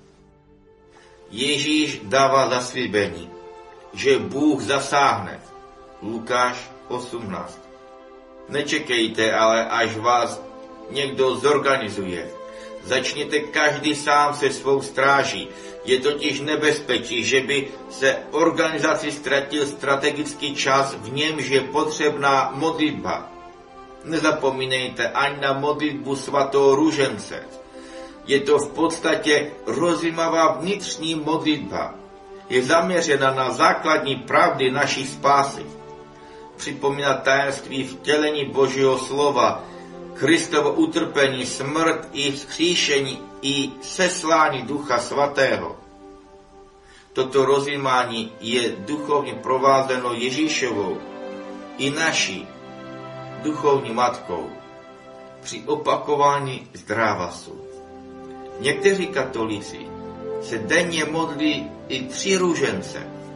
Ježíš dává zaslíbení, že Bůh zasáhne. Lukáš 18. Nečekejte ale, až vás někdo zorganizuje. Začněte každý sám se svou stráží. Je totiž nebezpečí, že by se organizaci ztratil strategický čas, v němž je potřebná modlitba. Nezapomínejte ani na modlitbu svatého růžence. Je to v podstatě rozjímavá vnitřní modlitba. Je zaměřena na základní pravdy naší spásy. Připomíná tajemství vtělení Božího slova, Kristovo utrpení, smrt i vzkříšení i seslání Ducha Svatého. Toto rozjímání je duchovně provázeno Ježíšovou i naší duchovní matkou při opakování zdrávasu. Někteří katolíci se denně modlí i 3 růžence.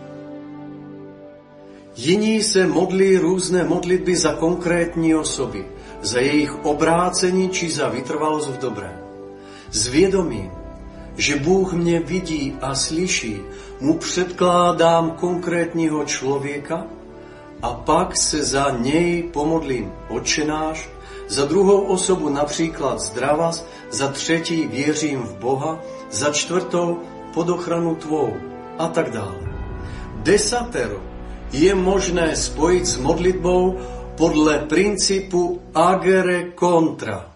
Jiní se modlí různé modlitby za konkrétní osoby, za jejich obrácení či za vytrvalost v dobrém. S vědomím, že Bůh mě vidí a slyší, mu předkládám konkrétního člověka a pak se za něj pomodlím Otčenáš, za druhou osobu například zdravas, za třetí věřím v Boha, za čtvrtou pod ochranu tvou a tak dále. Desatero je možné spojit s modlitbou podle principu agere contra.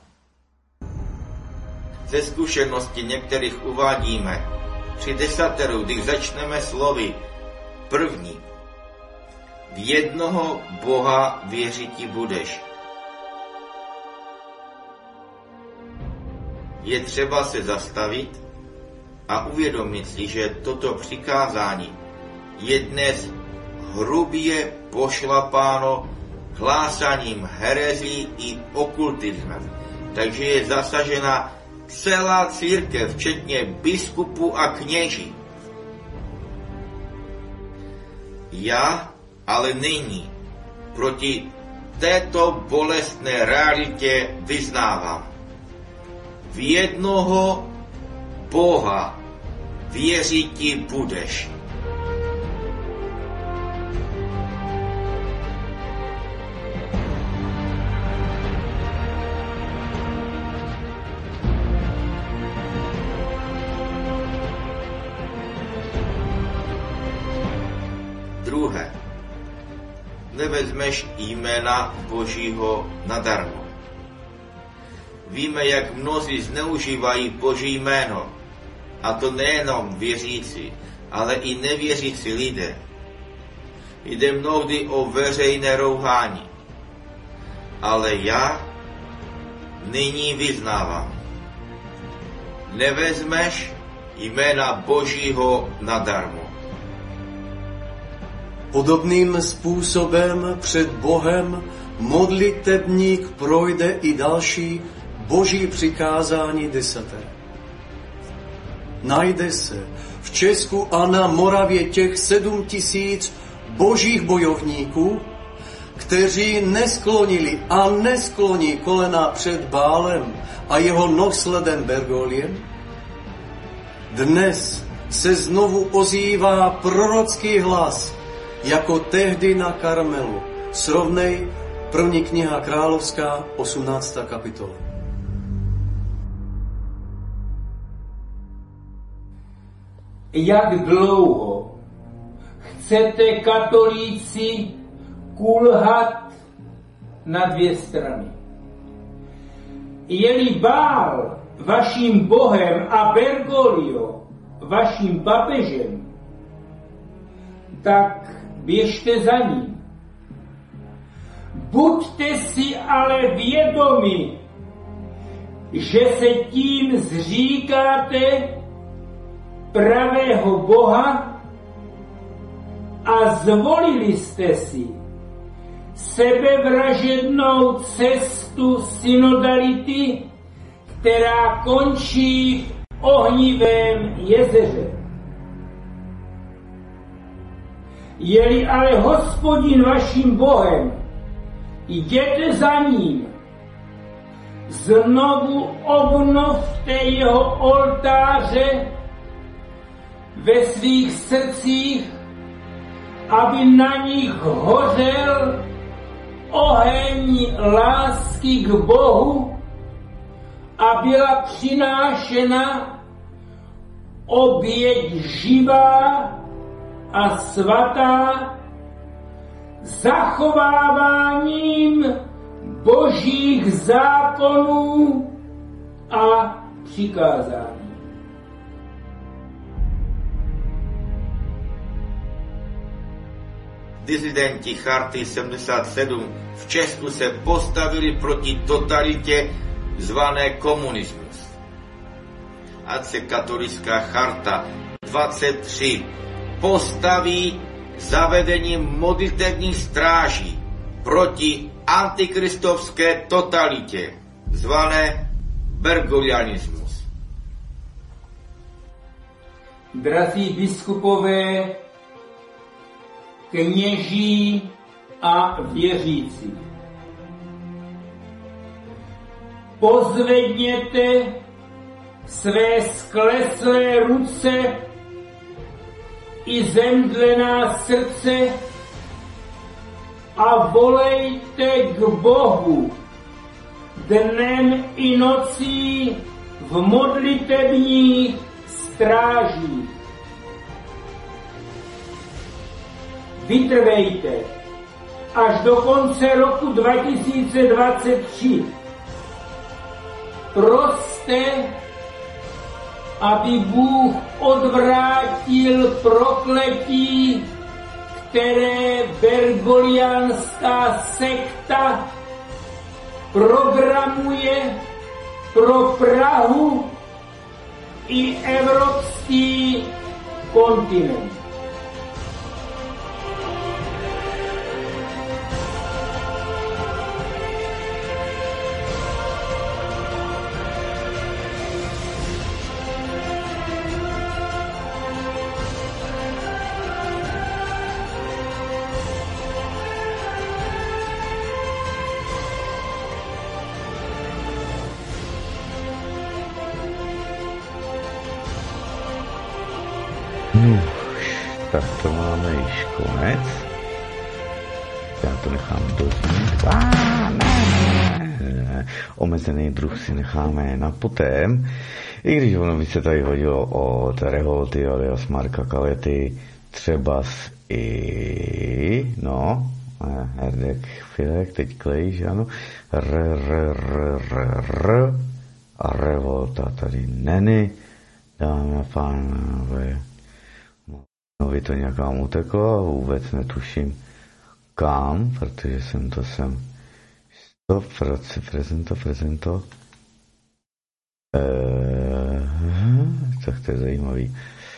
Ze zkušenosti některých uvádíme, při desateru, když začneme slovy první, v jednoho Boha věřiti budeš. Je třeba se zastavit a uvědomit si, že toto přikázání je dnes hrubě pošlapáno hlásaním herezí i okultismem. Takže je zasažena celá církev, včetně biskupů a kněží. Já ale nyní proti této bolestné realitě vyznávám. V jednoho Boha věřiti budeš. Druhé. Nevezmeš jména Božího nadarmo. Víme, jak mnozí zneužívají Boží jméno. A to nejenom věřící, ale i nevěřící lidé. Jde mnohdy o veřejné rouhání. Ale já nyní vyznávám. Nevezmeš jména Božího nadarmo. Podobným způsobem před Bohem modlitebník projde i další Boží přikázání desatera. Najde se v Česku a na Moravě těch 7 000 božích bojovníků, kteří nesklonili a neskloní kolena před Bálem a jeho nosledem Bergoliem. Dnes se znovu ozývá prorocký hlas, jako tehdy na Karmelu. Srovnej 1. kniha Královská, 18. kapitola. Jak dlouho chcete, katolíci, kulhat na 2 strany? Je-li Bál vaším bohem a Bergoglio vaším papežem, tak běžte za ním. Buďte si ale vědomi, že se tím zříkáte pravého Boha a zvolili jste si sebevražednou cestu synodality, která končí v ohnivém jezeře. Je-li ale Hospodin vaším Bohem, jděte za ním. Znovu obnovte jeho oltáře ve svých srdcích, aby na nich hořel oheň lásky k Bohu a byla přinášena oběť živá a svatá zachováváním Božích zákonů a přikázání. Disidenti Charty 77 v Česku se postavili proti totalitě zvané komunismus. Ať se katolická charta 23 postaví zavedením modlitevních stráží proti antikristovské totalitě, zvané bergolianismus. Drazí biskupové, kněží a věřící, pozvedněte své skleslé ruce i zemdlená srdce a volejte k Bohu dnem i nocí v modlitebních strážích. Vytrvejte až do konce roku 2023. Proste, aby Bůh odvrátil prokletí, které bergolianská sekta programuje pro Prahu i evropský kontinent. Tak to máme již konec. Já to nechám doznít. Omezený druh si necháme na potem. I když ono by se tady hodilo o Revolty alias Marka Kalety, třeba i, no, Herdek Filek, teď Klejš, ano, a Revolta tady není, dámy a pánové, no to někam uteklo a vůbec netuším kam, protože jsem to sem prezento. Tak to je zajímavý.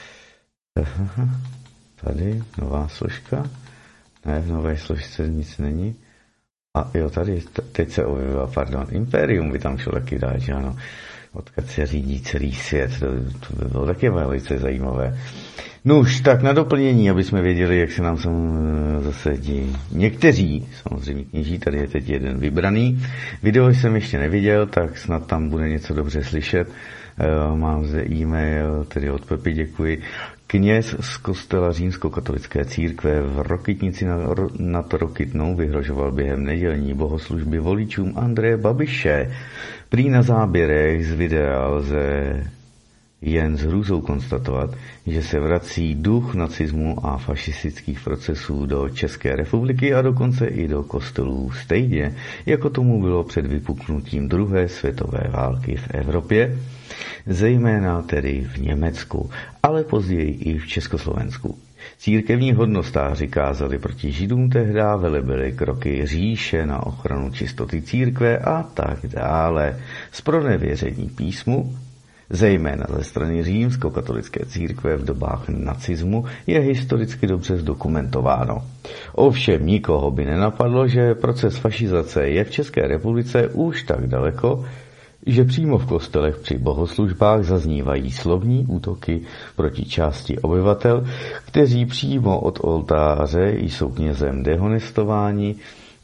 Tady nová složka. Ne, v nové složce nic není. A jo, tady, teď se objevila, pardon, Imperium by tam šlo taky dát, že ano. Odkud se řídí celý svět, to by bylo taky velice zajímavé. No už tak na doplnění, aby jsme věděli, jak se nám zase dějí. Někteří, samozřejmě kněží, tady je teď jeden vybraný. Video jsem ještě neviděl, tak snad tam bude něco dobře slyšet. Mám zde e-mail, tedy od Pepy, děkuji. Kněz z kostela římskokatolické církve v Rokytnici nad Rokytnou vyhrožoval během nedělní bohoslužby voličům Andreje Babiše. Prý na záběrech z videa lze jen s hrůzou konstatovat, že se vrací duch nacismu a fašistických procesů do České republiky a dokonce i do kostelů, stejně jako tomu bylo před vypuknutím druhé světové války v Evropě, zejména tedy v Německu, ale později i v Československu. Církevní hodnostáři kázali proti Židům tehda, velebili kroky říše na ochranu čistoty církve a tak dále. Zpronevěření písmu, zejména ze strany římskokatolické církve v dobách nacismu, je historicky dobře zdokumentováno. Ovšem nikoho by nenapadlo, že proces fašizace je v České republice už tak daleko, že přímo v kostelech při bohoslužbách zaznívají slovní útoky proti části obyvatel, kteří přímo od oltáře jsou knězem dehonestováni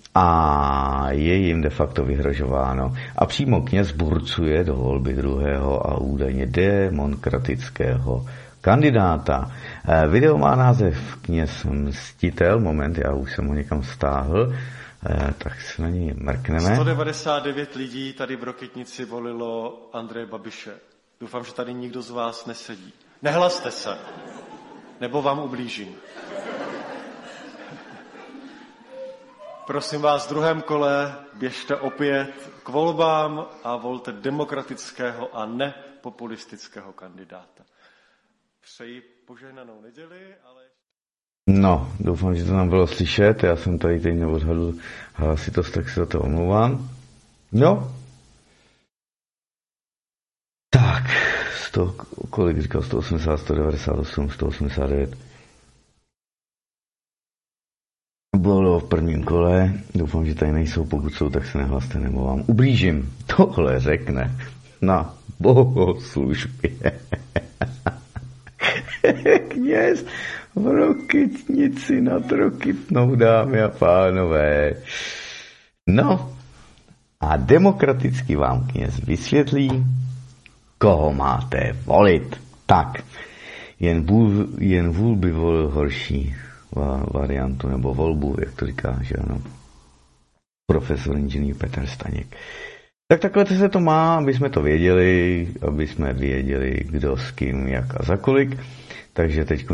a je jim de facto vyhrožováno. A přímo kněz burcuje do volby druhého a údajně demokratického kandidáta. Video má název Kněz mstitel. Moment, já už jsem ho někam stáhl, tak se na něj mrkneme. 199 lidí tady v Rokytnici volilo Andreje Babiše. Doufám, že tady nikdo z vás nesedí. Nehlaste se, nebo vám ublížím. Prosím vás, v druhém kole běžte opět k volbám a volte demokratického a nepopulistického kandidáta. Přeji požehnanou neděli, ale... No, doufám, že to nám bylo slyšet. Já jsem tady teď neodhadl hlasitost, tak se za to omlouvám. No. Tak, kolik říkal? 180, 198, 189. Bylo v prvním kole. Doufám, že tady nejsou. Pokud jsou, tak se nehlaste, nebo vám ublížím. Tohle řekne na bohoslužbě kněz v Rokytnici nad Rokytnou, dámy a pánové. No a demokraticky vám kněz vysvětlí, koho máte volit. Tak, jen vůl by volil horší variantu, nebo volbu, jak to říká, že ano, profesor inženýr Petr Staněk. Tak takhle se to má, aby jsme to věděli, kdo s kým, jak a za kolik. Takže teď